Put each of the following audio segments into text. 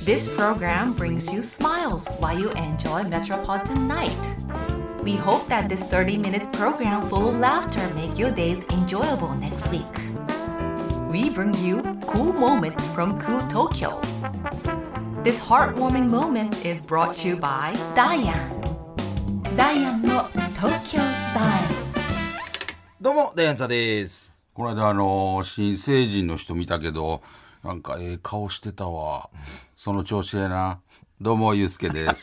This program brings you smiles while you enjoy Metropolitan Night. We hope that this 30-minute program full of laughter make your days enjoyable next week. We bring you cool moments from cool Tokyo. This heartwarming moment is brought to you by Diane. Diane の Tokyo Style。 どうもダイアンツァです。 この間新成人の人見たけどなんか顔してたわ。その調子やな。どうもゆうすけです。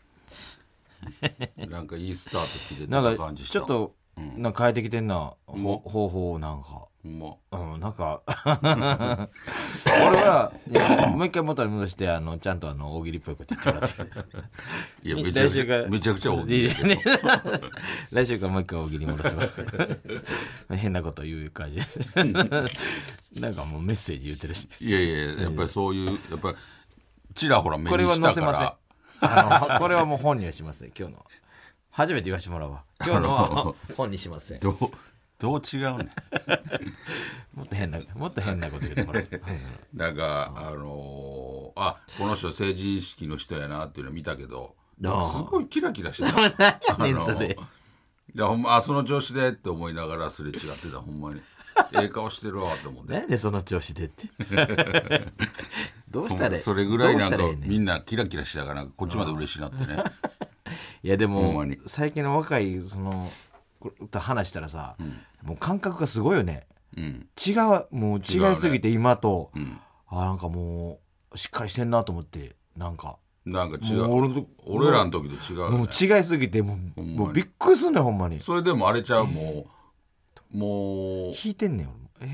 なんかいいスタート切れてた感じした。 なんかちょっと、なんか変えてきてんな、方法なんか。なんか俺はいやもう一回元に戻してちゃんと大喜利っぽいこと言ってもらっていやめちゃくちゃ大喜利来週からもう一回大喜利戻してもらって変なこと言う感じなんかもうメッセージ言ってるし、 いややっぱりそういうやっぱりちらほら目にしたから、これは載せませんこれはもう本にはしません。今日の初めて言わせてもらうわ。今日のは本にしません。 どう違うねもっと変なこと言ってもらってなんかこの人成人式の人やなっていうの見たけどすごいキラキラしてたそれほんまその調子でって思いながらすれ違ってた。ほんまに顔してるわと思ってなんでその調子でってどうしたらそれぐらいなんかみんなキラキラしてたからこっちまで嬉しいなってねいやでも最近の若い話したらさ、もう感覚がすごいよね、もう違いすぎて今と、なんかもうしっかりしてんなと思って、なんか違う。俺らの時と違う、ね、 もう違いすぎてもうびっくりすんねんほんまに。 それでもあれちゃう、もう引いてんねん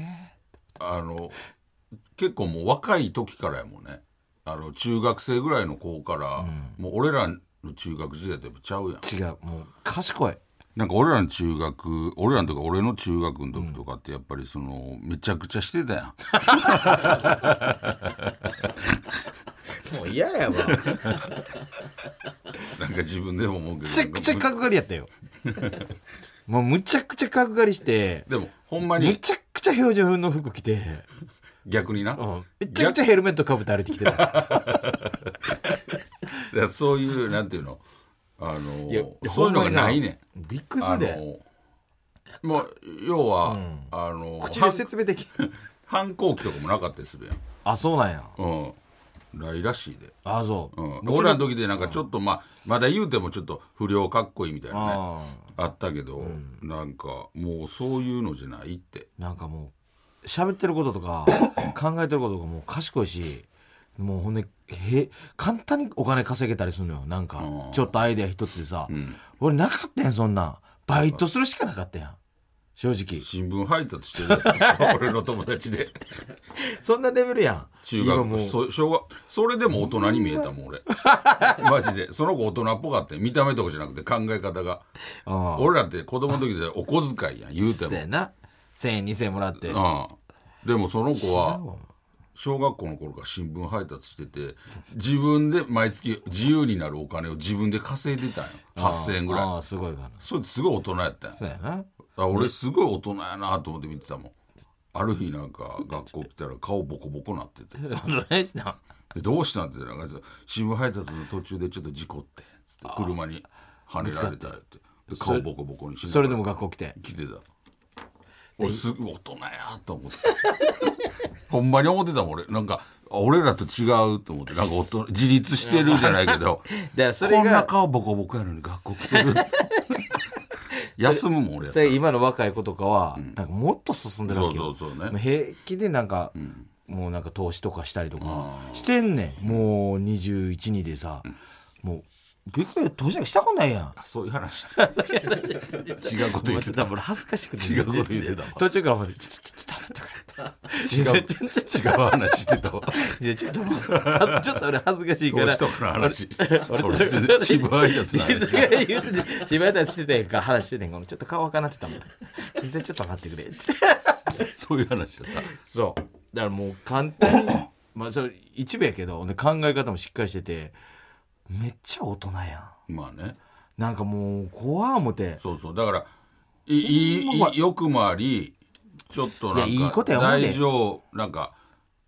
結構もう若い時からやもんね。中学生ぐらいの子から、もう俺らの中学時代とやっぱちゃうやん。 違う、もう賢い。 なんか俺らのとか俺の中学の時とかってやっぱりめちゃくちゃしてたやんもう嫌やわなんか自分でも思うけどめちゃくちゃ角刈りやったよもうむちゃくちゃ角刈りして、 でもほんまにむちゃくちゃ標準の服着て逆にな、 めちゃくちゃヘルメットかぶって歩いてきてたそういうなんていうのそういうのがないねん。 びっくりするで。 もう要は、 口で説明できる反抗期とかもなかったりするやん。 あ、そうなんや。 ないらしいで。 あ、そう。 俺らの時でなんかちょっとまだ言うてもちょっと不良かっこいいみたいなね あったけど、なんかもうそういうのじゃないって。 なんかもう喋ってることとか考えてることとかもう賢いし、もうほんで簡単にお金稼げたりするのよ。なんかちょっとアイデア一つでさ、俺なかったやんそんな。バイトするしかなかったやん正直。 新聞配達してるやつ俺の友達でそんなレベルやん。 中学小学それでも大人に見えたもん俺マジで。その子大人っぽかったよ。見た目とかじゃなくて考え方が。俺らって子供の時でお小遣いやん言うても。 そうやな。1000円2000円もらって。 でもその子は小学校の頃から新聞配達してて、自分で毎月自由になるお金を自分で稼いでたんよ。8000円ぐらい。 すごいかな。 それすごい大人やったんや。 そうやな。 俺すごい大人やなと思って見てたもん。ある日なんか学校来たら顔ボコボコなっててどうしたんってなんか新聞配達の途中でちょっと事故ってつって車にはねられたってで顔ボコボコにしながらそれでも学校来てた。俺すごい大人やと思ってほんまに思ってたもん俺。なんか俺らと違うと思って、なんか自立してるじゃないけどだからそれがこんな顔ボコボコやのに学校来てる休むもん俺やったら。 今の若い子とかはなんかもっと進んでるわけよ。 そうね。 平気でなんか、もうなんか投資とかしたりとかしてんねん。もう21、2でさ、もう別に投資なんかしたことないやん。 そういう話違うこと言ってた。 俺恥ずかしくて違うこと言ってたわ。 途中からちょっ違う話してたわ。 ちょっと俺恥ずかしいから投資とかの話俺新聞配達の話言ってて新聞配達しててんか話しててんかちょっと顔赤なってたもん。実際ちょっと待ってくれってそういう話だった。 そうだからもう簡単にまあそれ一部やけど考え方もしっかりしててめっちゃ大人やん。 まあね。 なんかもう怖思て。 そうだから良くもありちょっとなんかいいことやもんね。 大丈夫なんか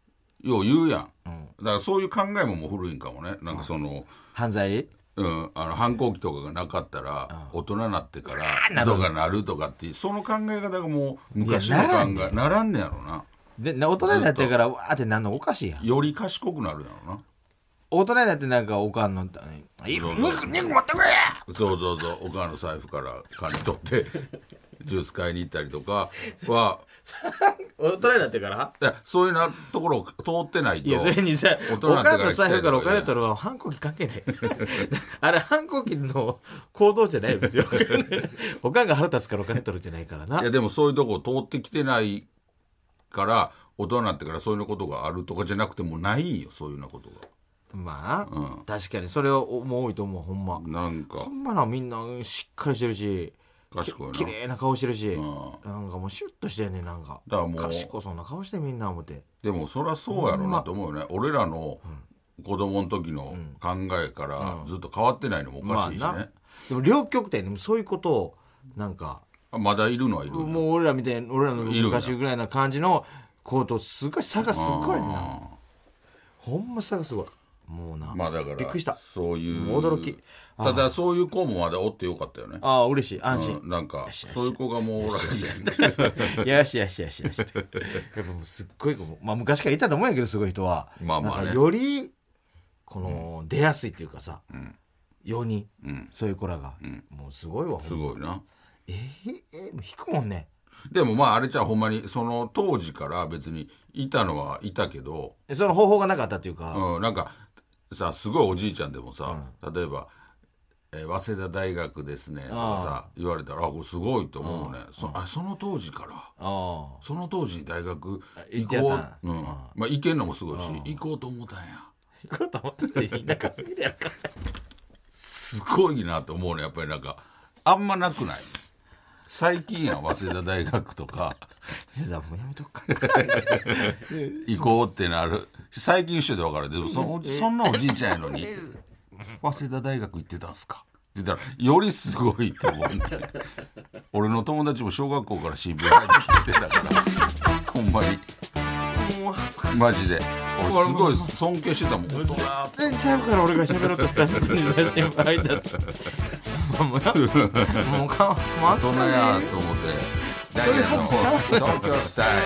よう言うやん、だからそういう考えももう古いんかもね。なんかその、 犯罪反抗期とかがなかったら大人になってからとかなるとかっていうその考え方がもう昔の考えならんねやろな。 で大人になってからわーってなんのおかしいやん。 より賢くなるやろな。 大人になってなんかおかんの肉持ってくれや。 そうおかんの財布から金取ってジュース買いに行ったりとかは大人になってからそういうなところを通ってないと。 いやそれにさおかんの財布からお金取るは反抗期関係ないあれ反抗期の行動じゃないですよおかんが腹立つからお金取るんじゃないからな。 いやでもそういうとこ通ってきてないから大人になってからそういうことがあるとかじゃなくてもうないんよそういうようなことが。 まあ、確かにそれはもう多いと思う。ほんまなんかほんまなみんなしっかりしてるし賢いなきれいな顔してるし、なんかもうシュッとしてんねん。なんかだからもう賢そうな顔してみんな思って。 でもそりゃそうやろなと思うよね。俺らの子供の時の考えからずっと変わってないのもおかしいしね、 まあ、でも両極端にそういうことをなんかまだいるのはいる。 もう俺らみたいな俺らの昔ぐらいな感じのことすごい差がすごいな。ほんま差がすごい。もうな、 まあだからびっくりした。 そういう驚き。 ただそういう子もまだおってよかったよね。 ああ嬉しい安心、 なんかそういう子がもうおらへんよしやっぱもうすっごいまあ昔からいたと思うんやけどすごい人はまあまあねなんかよりこの、出やすいっていうかさ、世に、そういう子らが、もうすごいわ。 すごいな。 もう引くもんね。 でもまああれじゃあほんまにその当時から別にいたのはいたけどその方法がなかったっていうか、 なんかさすごいおじいちゃんでもさ、例えば早稲田大学ですねとかさ言われたらこれすごいと思うね。その当時からその当時大学行こう、まあ行けんのもすごいし行こうと思ったんや。 行こうと思ってて田舎すぎるやんかすごいなと思うね。やっぱりなんかあんまなくない最近や早稲田大学とかもうやめとくか行こうってなる最近一緒で分かる。でもそんなおじいちゃんやのに早稲田大学行ってたんすかって言ったらよりすごいと思う、ね、俺の友達も小学校から新聞配達してたからほんまにマジで俺すごい尊敬してたもん。 全然ちゃうから俺が喋ろうとしたのに写真配達もう大人やと思ってダイヤの東京スタイル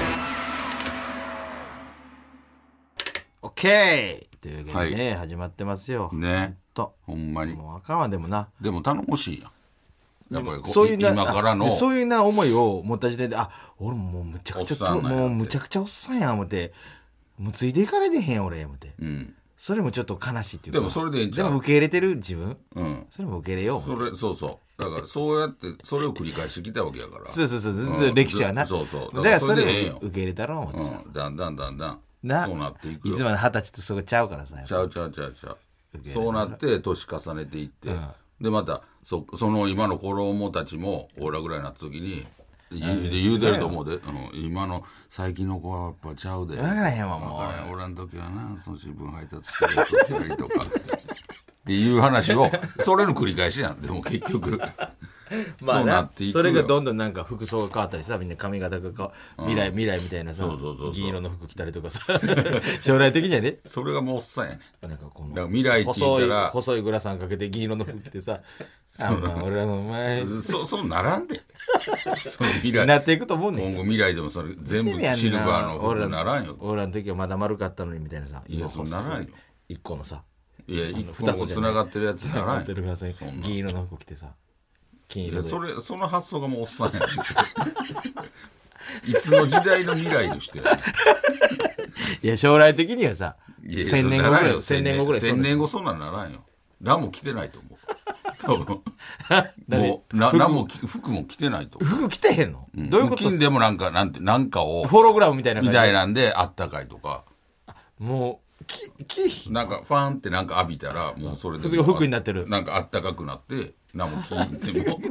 オッケーというわけでね、始まってますよね。ほんまにもうあかんわ。でも頼もしいやんやっぱりそういう今からのそういうな思いを持った時点で俺もうむちゃくちゃもうむちゃくちゃおっさんや思ってもうついていかれてへん俺思って、それもちょっと悲しいっていうか。 でもそれででも受け入れてる自分、それも受け入れよう。 そうだからそうやってそれを繰り返してきたわけやから。 そう全然歴史はな。 そうだからそれを受け入れたら思ってさ、 だんだんそうなっていくよ。 いつまで20歳とそこちゃうからさ。 ちゃうそうなって年重ねていって、でまたその今の子供たちも俺らぐらいになった時に言うてると思うで、今の最近の子はやっぱちゃうで分からへんわもう。 俺らの時はなその新聞配達してるやつしたりとかっていう話をそれの繰り返しやん。でも結局まあそうなっていくよ。 それがどんどんなんか服装が変わったりさ、みんな髪型が未来みたいなさ、銀色の服着たりとかさ将来的にはねそれがもうおっさんやねなんかこのだから未来って言ったら細いグラサンかけて銀色の服着てさ俺らの前そうならんでその未来なっていくと思うねん。 今後未来でもそれ全部シルバーの服ならんよ。 俺らの時はまだ丸かったのにみたいなさ。 いやそんならんよ。 一個のさ 2つつながってるやつならんよ。 銀色の服着てさ金色でその発想がもうおっさんやねんいつの時代の未来としていや将来的にはさ1000年後ぐらい 1000年後そんなんならんよ。何も着てないと思う多分もう何も服も着てないと思う。 服着てへんの、どういうこと。 金でもなんかをホログラムみたいな感じみたいなんであったかいとかもうなんかファンってなんか浴びたらもうそれで服になってる。 なんかあったかくなって何も着んでも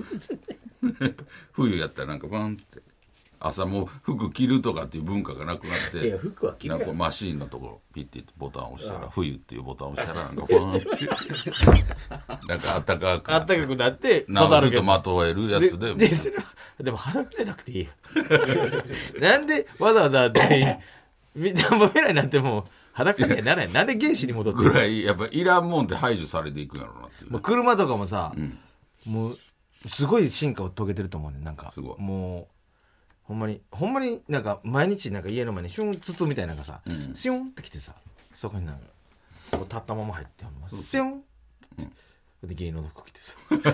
冬やったらなんかファンって朝もう服着るとかっていう文化がなくなって、 いや服は着るやん。 なんかマシーンのところピッてボタンを押したら冬っていうボタンを押したらなんかファンってなんかあったかくなってなんかずっとまとえるやつでも裸じゃなくていいなんでわざわざ全員みんなも未来になっても裸にはならない。なんで原始に戻ってぐらいやっぱいらんもんって排除されていくんやろうなっていう、 もう車とかもさ、もうすごい進化を遂げてると思うね。なんかもうほんまになんか毎日なんか家の前にヒュン筒みたいなのがさ、シュンってきてさ、そこになんかこう立ったまま入ってシュンで芸能の服着てさ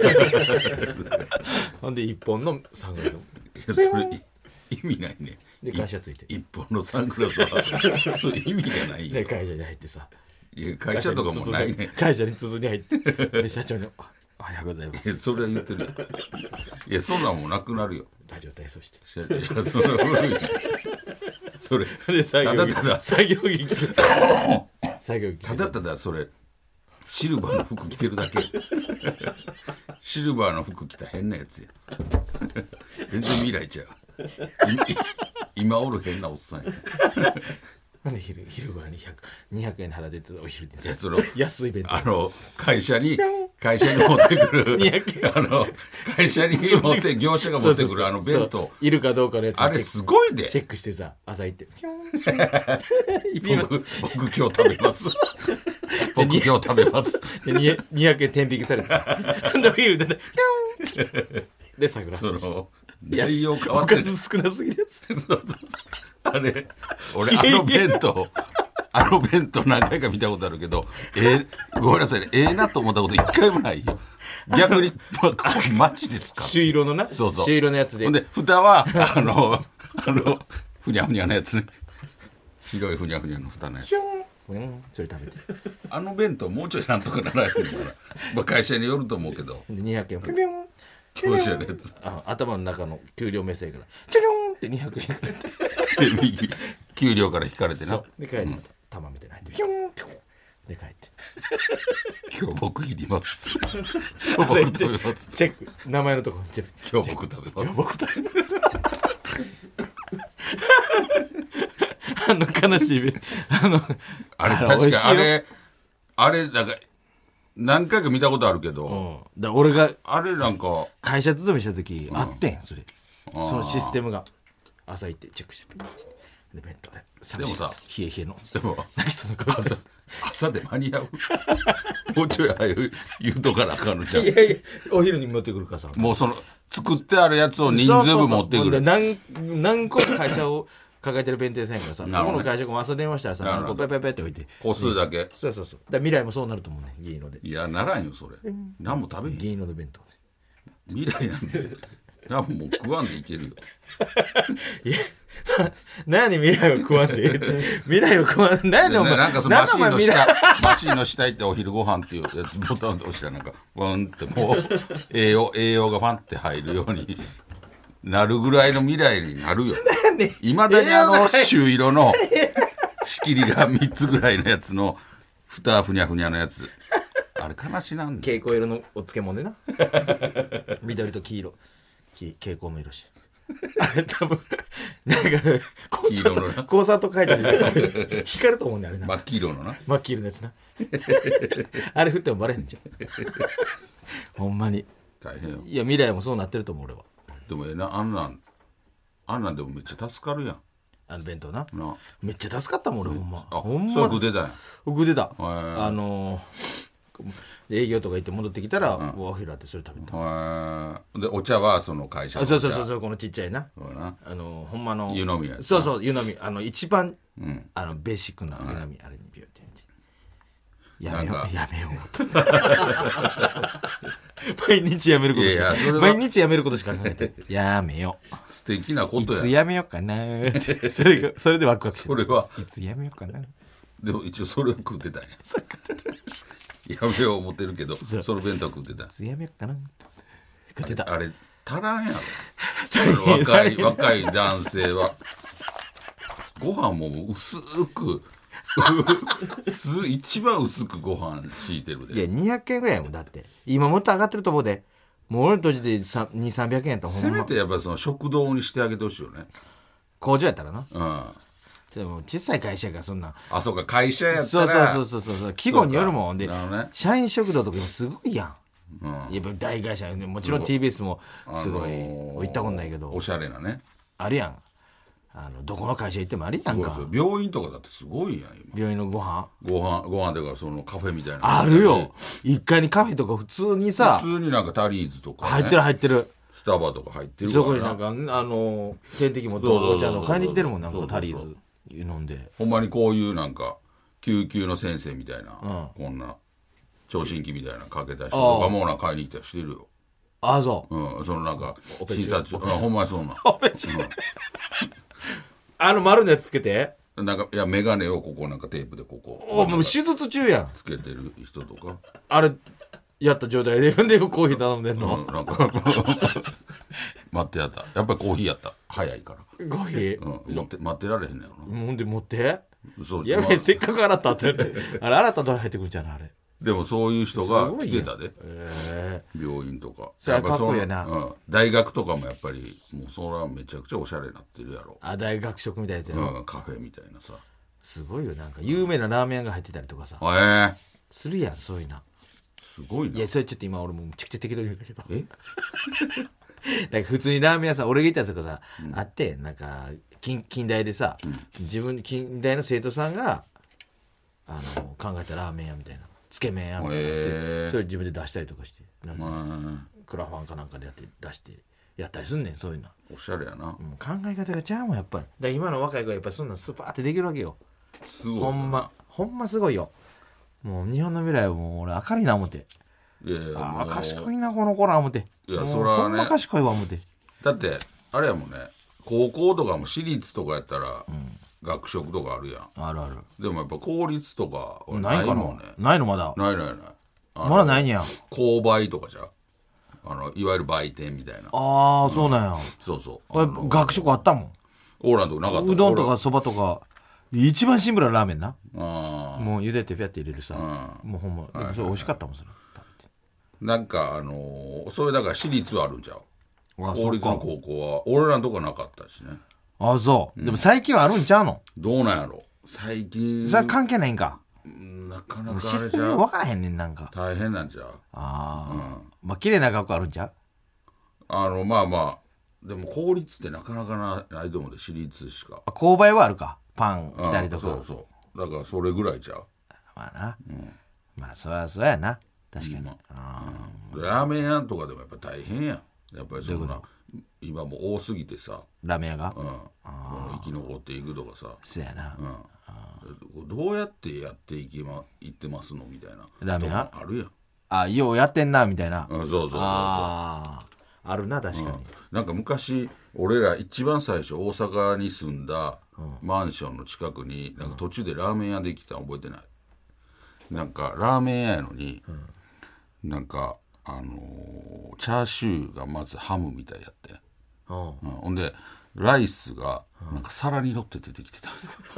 ほんで一本のサングラスもそれ意味ないね。 で会社ついて一本のサングラスはそれ意味がないよ。 で会社に入ってさ、 いや会社とかもないね。 会社に筒に入ってで社長におはようございます。 それは言ってるよ。いやそんなんもうなくなるよ。 ラジオ体操していやそれは古い。それで作業着ただただそれシルバーの服着てるだけ。シルバーの服着た変なやつや。全然未来ちゃう。今おる変なおっさんや。 なんで昼ご飯に200円払っててお昼でさ、 その安い弁当会社に持ってくる会社に持って業者が持ってくる弁当いるかどうかのやつあれすごいでチェックしてさ、朝行って僕今日食べます僕今日食べますで200円天引きされてお昼ででサングラスして内容変わってる。 おかず少なすぎるやつ。 そうあれ俺弁当何回か見たことあるけど、ごめんなさいね、なと思ったこと一回もないよ。逆にマジですか。 朱色のな。 そう朱色のやつで。 ほんで蓋はふにゃふにゃのやつね。白いふにゃふにゃの蓋のやつ。 それ食べて。 弁当もうちょいなんとかならないのかな。まあ会社によると思うけど。 200円。 教師のやつ。 頭の中の給料目線からチョリョンって200円くれて。 給料から引かれてな。 で帰り玉みたいな入ってピョンピョンで帰って。 今日僕いります。今日僕食べます。 チェック名前のところチェック。 今日僕食べます。 今日僕食べます。悲しいあれ確かあれなんか何回か見たことあるけど、 だ俺があれなんか会社勤めした時あってんそれ、そのシステムが朝行ってチェックしてで弁当でもさ冷えのでも何その顔朝で間に合うもうちょい早く言うとかなあかんのちゃう。 いやお昼に持ってくるからさ、 もうその作ってあるやつを人数分持ってくる。 何個か会社を抱えてる弁当屋さんやからさ、この会社も朝電話したらさ、何個ペペペって置いて個数だけ。 そうだ未来もそうなると思うね。銀色でいやならんよそれ。何も食べへん。 銀色で弁当で未来なんで何も食わんでいけるよ。 いや何未来を食わんで未来を食わんなんでお前なんかそのマシンの下行ってお昼ご飯っていうやつボタンと押したらなんかワンってもう栄養がファンって入るようになるぐらいの未来になるよ。いまだに朱色の仕切りが3つぐらいのやつの蓋ふにゃふにゃのやつ、あれ悲しなんだ。 蛍光色のお漬物でな緑と黄色蛍光の色しあれ多分なんかコンサート会場に光ると思うんだよあれな。 真っ黄色のな真っ黄色のやつなあれ振ってもバレへんじゃんほんまに大変よ。 いや未来もそうなってると思う俺は。 でもあんなんでもめっちゃ助かるやん。 弁当なめっちゃ助かったもん俺ほんま。 ほんまそう食うてたやん。 食うてた。営業とか行って戻ってきたらお昼あってそれ食べた。 でお茶はその会社のそうこのちっちゃいなほんまの湯飲みやつ。 そう湯飲み一番ベーシックな湯飲みあれにビューってやめようと毎日やめることしか毎日やめることしか考えてやめよう。 素敵なことや。 いつやめようかなってそれでワクワクしてそれはいつやめようかな。 でも一応それを食ってたんや。やめよう思ってるけどその弁当食ってた。 いつやめようかな食ってた。 あれ足らんやろ若い男性はご飯も薄く一番薄くご飯敷いてるで。 いや200円ぐらいやもんだって今もっと上がってると思うで。もう俺の土地で200-300円やったらほんませめてやっぱりその食堂にしてあげてほしいよね。 工場やったらな。でも小さい会社がそんなそうか会社やったらそう規模によるもんで、 ね、 社員食堂とかすごいやん、やっぱ大会社もちろん TBS もすごい行ったことないけどおしゃれなねあるやんどこの会社行ってもありやんか。 そう病院とかだってすごいやん今。 病院のご飯でからそのカフェみたいなあるよ。1階にカフェとか普通にさ、 普通になんかタリーズとか、ね、 入ってるスタバとか入ってるそこになんか点滴もお茶の買いに来てるもん。なんかタリーズ飲んで、 ほんまにこういうなんか救急の先生みたいな、こんな聴診器みたいなのかけた人とかもな買いに来たりしてるよ。 ああそう、 そのなんか診察ほんまにそうなんオペチ丸のやつつけてなんかいや眼鏡をここなんかテープでここもう手術中やん。 つけてる人とかあれやった状態でコーヒー頼んでんの、 なんか待ってやったやっぱりコーヒーやった早いからコーヒー、 待ってられへんねやろな。 ほんで持ってそうやべえ、せっかく洗ったって洗ったと入ってくるじゃんあれ。 でもそういう人が来てたで、病院とかそれはかっこいいやな、 大学とかもやっぱりもうそれはめちゃくちゃおしゃれになってるやろ。 大学食みたいなやつやろ、 カフェみたいなさすごいよ。なんか有名なラーメン屋が入ってたりとかさ、するやんそういうな。 すごいな。 いやそれちょっと今俺もめちゃくちゃ適当に言うんだけどなんか普通にラーメン屋さ俺が行ったやつとかさ、あってなんか近代でさ、自分近代の生徒さんが考えたラーメン屋みたいなつけ麺屋みたいなってそれ自分で出したりとかしてなんかクラファンかなんかで出してやったりすんねん。そういうのおしゃれやな、 考え方がちゃうもんやっぱり。だから今の若い子はやっぱりそんなんスパーってできるわけよ。 すごいほんますごいよ。もう日本の未来はもう俺明るいな思って。 いやいや賢いなこの子ら思って。 いやそらねほんま賢いわ思って。 だってあれやもんね、高校とかも私立とかやったら、学食とかあるやん。 あるある。 でもやっぱ公立とかはないもんね。 ないのまだ。 ないまだないんや。 購買とかじゃいわゆる売店みたいな。 ああ、そうなんや。 そうそう。 これ学食あったもん。 オーランとかなかった。 うどんとかそばとか一番シンプルなラーメンな。 もう茹でてフィャって入れるさ。もうほんまでもそれ美味しかったもんそれ。 なんかそれだから私立はあるんちゃう。公立の高校は俺らのとこなかったしね。 ああそう、でも最近はあるんちゃうの。 どうなんやろ最近。 それは関係ないんか。 なかなかシステム分からへんねん。なんか大変なんちゃう。 まあ綺麗な学校あるんちゃう。 まあまあでも公立ってなかなかないと思うで。私立しか。 購買はあるか。パン来たりとか。 そうだからそれぐらいちゃう。 まあな、まあそりゃそうやな確かに、 ラーメン屋とかでもやっぱ大変やん。やっぱりそんな今もう多すぎてさ、 ラーメン屋が、 生き残っていくとかさ。 そうやな、 どうやってやっていってますのみたいなラーメン屋あるやん。 ようやってんなみたいな。 そうあるな確かに、 なんか昔俺ら一番最初大阪に住んだマンションの近くになんか途中でラーメン屋できたの覚えてない。なんかラーメン屋やのに、なんかチャーシューがまずハムみたいやって、ほんでライスがなんか皿に乗って出てきてた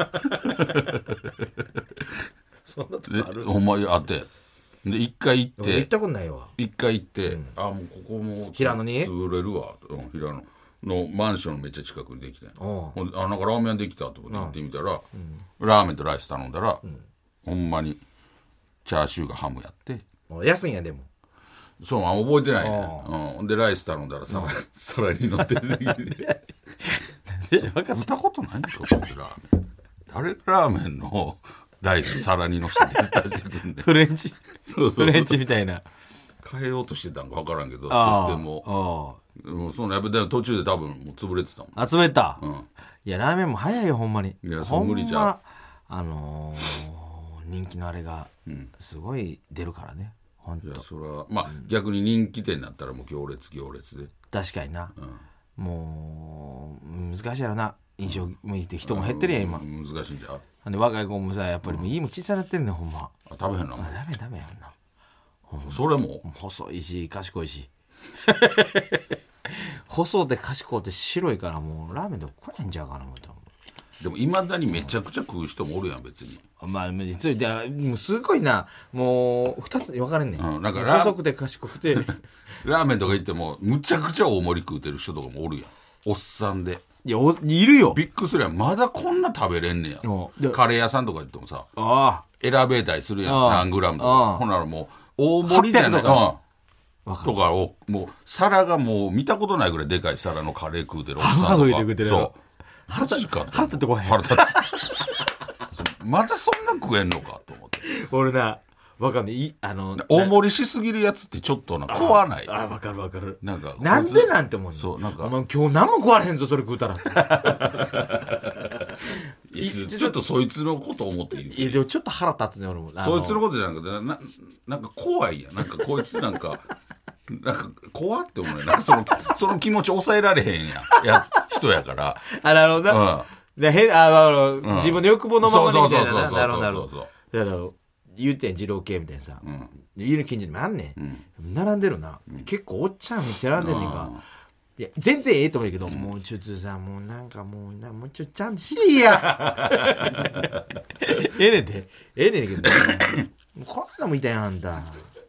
そんなとこある。 ほんまあってで一回行って行ったことないわ。 一回行って、もうここも平野に潰れるわ、平野のマンションのめっちゃ近くにできて、ほんでなんかラーメン屋できたと思って行ってみたら、ラーメンとライス頼んだら、ほんまにチャーシューがハムやって。 安いんやでも。 そう覚えてないね。でライス頼んだら皿に乗って出てきて見たことないんかこいつラーメン。誰がラーメンのライス皿に乗せて出してくんねん。 フレンチフレンチみたいな。 変えようとしてたんか分からんけどシステムを。もうそのやっぱでも途中で多分もう潰れてたもん。 潰れた、いやラーメンも早いよほんまに。 いやそう無理じゃん。人気のあれがすごい出るからね。ほんと。 いやそれはまあ、逆に人気店になったらもう行列で。 確かにな、もう難しいやろな。印象向いて人も減ってるやん今。 難しいんじゃう。 で若い子もさやっぱりいいも小さなってんねんほんま。 食べへんな。 ダメやんな。 それも細いし賢いし細で賢いって白いからもうラーメンで来ないんちゃうかな思った。 でもいまだにめちゃくちゃ食う人もおるやん別に。 まあもうすごいな。もう2つに分かれんねん、 なんか細くて賢くてラーメンとか行ってもむちゃくちゃ大盛り食うてる人とかもおるやん。おっさんで。 いやいるよ。 びっくりするやん。まだこんな食べれんねや。カレー屋さんとか行ってもさ選べたりするやん。何グラムとか。ほんならもう大盛りじゃないとかをもう皿がもう見たことないぐらいでかい皿のカレー食うてるおっさんとか。そう 8時間腹立ってこへん。 腹立つまたそんな食えんのかと思って。 俺な、わかんない。 大盛りしすぎるやつってちょっとな、怖ない。 あ、わかるわかる。 なんか、 なんでなんて思うの。 そう、なんか。 お前今日何も食われへんぞ、それ食うたら。 ちょっとそいつのこと思っていい。 いや、でもちょっと腹立つね、俺も。 そいつのことじゃなくて、なんか怖いやん。なんかこいつなんか怖って思うね。なんかその気持ち抑えられへん人やから。 あ、なるほどな。で、自分の欲望のままにみたいな。なるほど、なるほど。だから、言うてん、二郎系みたいなさ。家の近所にもあんねん。並んでるな。結構おっちゃんめっちゃ並んでんねんか。いや、全然ええと思うけど、もうちょっとさ、もうなんかもうちょっとちゃんとしいや。ええねんで。ええねんけど、こんなのもいたやん、あんた。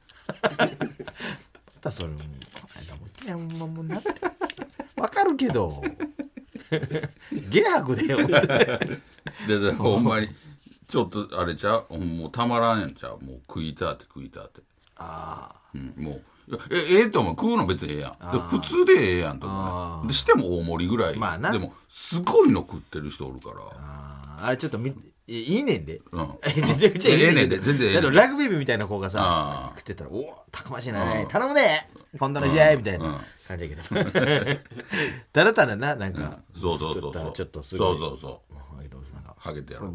それもいやもうなってわかるけど下白でよでほんまにちょっとあれちゃうもうたまらんやんちゃうもう食いたってああ、 もうええと思う食うの別にええやん普通でええやんと思うねでしても大盛りぐらい、 まあな、 でもすごいの食ってる人おるからあれちょっといいねんで。 めちゃくちゃええねんで。全然ええねん。 ラグビー部みたいな子がさ、食ってたら、おたくましいな、頼むで今度の試合みたいな感じだけど。ただただな、なんか、 そう。 ちょっとすごい。 そう。ハゲてやろう。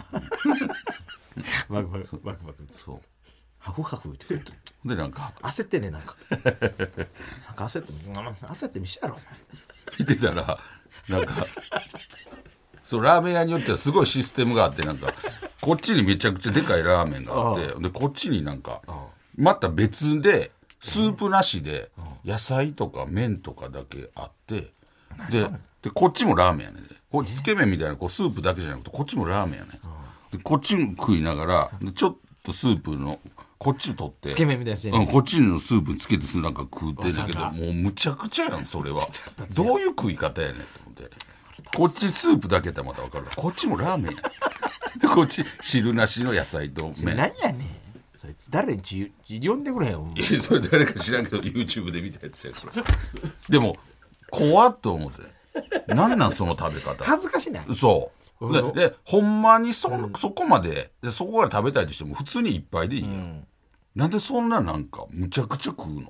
バクバク。そう。ハフハフって言って。 で、なんか。 焦ってね、なんか焦って見せやろ、お前。 見てたら、なんか、そうラーメン屋によってはすごいシステムがあってなんかこっちにめちゃくちゃでかいラーメンがあってでこっちになんかまた別でスープなしで野菜とか麺とかだけあってでこっちもラーメンやねんでこっちつけ麺みたいなこうスープだけじゃなくてこっちもラーメンやねんでこっち食いながらちょっとスープのこっち取ってつけ麺みたいなやつねこっちのスープにつけてなんか食うてんだけどもうむちゃくちゃやんそれはどういう食い方やねんと思ってこっちスープだけやったらまた分かるこっちもラーメンやでこっち汁なしの野菜と麺何やねんそいつ誰に呼んでくれよいやそれ誰か知らんけど YouTube で見たやつやからでも怖っと思って何なんその食べ方恥ずかしないそうでほんまにそこまでそこから食べたいとしても普通に一杯でいいやん、なんでそんななんかむちゃくちゃ食うのって、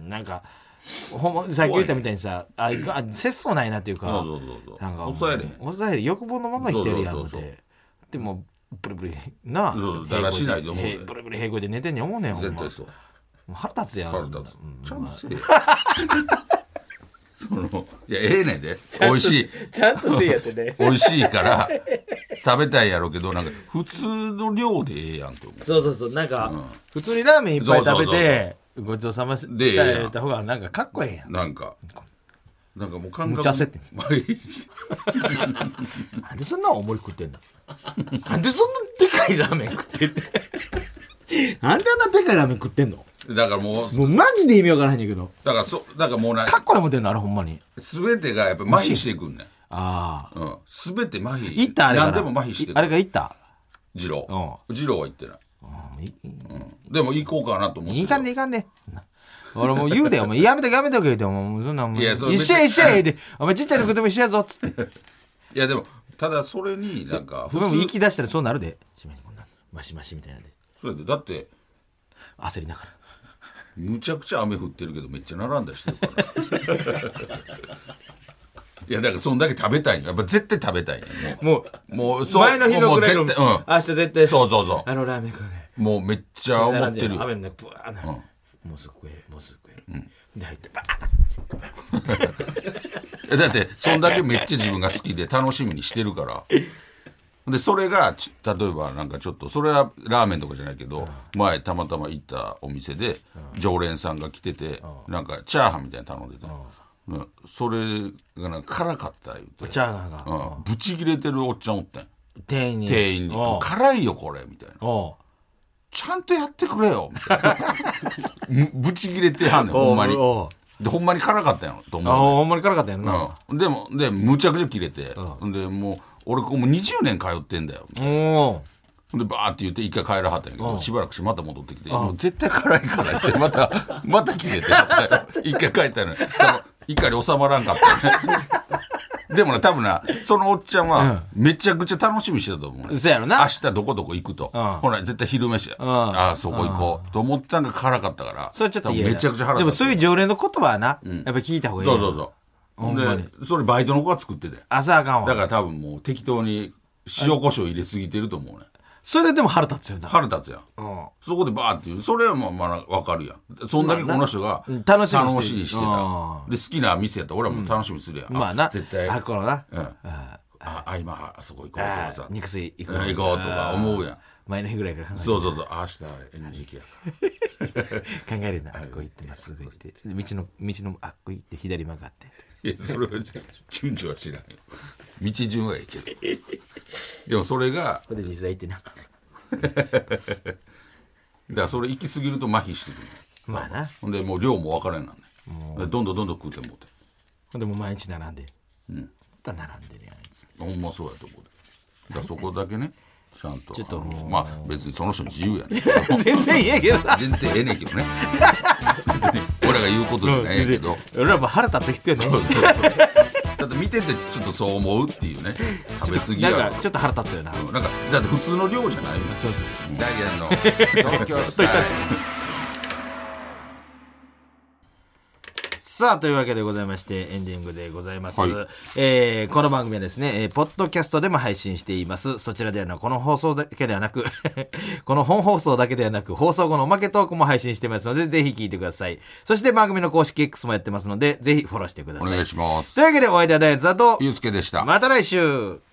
なんかさっき言ったみたいにさ節操ないなっていうかそうなんか抑えれ欲望のまま生きてるやんってでもブリブリなだらしないと思うでブリブリ平行で寝てんねん思うねん絶対そう腹立つやん腹立つちゃんとせえいやええねんで美味しいちゃんとせえやってね美味しいから食べたいやろうけどなんか普通の量でええやんって思うそうなんか普通にラーメンいっぱい食べてごちそうさました方がなんかかっこええやんなんかもう感覚むちゃ焦ってんなんでそんな大盛り食ってんのなんでそんなでかいラーメン食ってんのなんであんなでかいラーメン食ってんのだからもうマジで意味わからへんねんけどだからもうかっこええもんてんのあれほんまに全てがやっぱ麻痺していくんねんああ全て麻痺いったあれ何でも麻痺していくあれがいった二郎は行ってないでも行こうかなと思っていかんね俺もう言うでお前やめとけ言うてもそんなもん一緒やでお前ちっちゃいの食っても一緒やぞっつっていやでもただそれになんか普通言い気出したらそうなるでマシみたいなんでそれでだって焦りながらむちゃくちゃ雨降ってるけどめっちゃ並んだりしてるからいやだからそんだけ食べたいやっぱ絶対食べたいねもう前の日のぐらいの明日絶対そうあのラーメン食うねもうめっちゃ思ってるよ雨の中ブワーなるもうすぐ食えるで入ってバーだってそんだけめっちゃ自分が好きで楽しみにしてるからでそれが例えばなんかちょっとそれはラーメンとかじゃないけど前たまたま行ったお店で常連さんが来ててなんかチャーハンみたいなの頼んでてそれがなんか辛かった言うてチャーハンがブチ切れてるおっちゃんおってん店員に辛いよこれみたいなちゃんとやってくれよみたいなブチ切れてはんねんほんまにでほんまに辛かったんやろと思うほんまに辛かったんやなでむちゃくちゃ切れてでもう俺ここもう20年通ってんだよみたいなでバーって言って一回帰らはったんやけどしばらくしてまた戻ってきてもう絶対辛いからってまた切れて一回帰ったのに怒り収まらんかったねでもね多分なそのおっちゃんはめちゃくちゃ楽しみにしてたと思う、ね、 そうやろな。 明日どこどこ行くと、ほら絶対昼飯や、あそこ行こうと思ってたんが辛かったから、 それちょっと嫌めちゃくちゃ腹立った。 でもそういう常連の言葉はな、やっぱ聞いた方がいい。 そうそうそうでそれバイトの子が作ってて、 朝あかんわ。 だから多分もう適当に塩コショウ入れすぎてると思うね。 それでも腹立つよな。 腹立つやん、そこでバーっていうそれはもうまあ分かるやん。そんだけこの人が楽しみにしてたで好きな店やったら俺はもう楽しみにするやん、 まあな絶対このな、 今あそこ行こうとかさ肉水行こうとか思うやん。 前の日ぐらいから考えてそう明日あれ NG 期やから考えるな。あっこ行ってすぐ行って道のあっこ行って左曲がっていやそれは順序は知らんよ。道順はいいけどでもそれがこれで実際行ってなだからそれ行き過ぎると麻痺してくる。 まあな。 ほんでもう量も分からんなんね。どんどん食うてもうて。 ほんでもう毎日並んで。並んでるやんあいつ。 ほんまそうやと思うで。だからそこだけねちゃんとちょっとまあ別にその人自由やね全然ええけどな。 全然ええねんけどね別に俺らが言うことじゃないけど、 俺らも腹立つ必要ないし。 だって見ててちょっとそう思うっていうね。食べ過ぎやろ。 なんかちょっと腹立つよな。 なんかだって普通の量じゃないよ。 そうダイアンの東京スタイルさあというわけでございましてエンディングでございます、 はい。 この番組はですね、ポッドキャストでも配信しています。そちらではこの放送だけではなくこの本放送だけではなく放送後のおまけトークも配信してますのでぜひ聞いてください。そして番組の公式 X もやってますのでぜひフォローしてください。 お願いします。 というわけでお相手はダイアンツだとゆうすけでした。 また来週。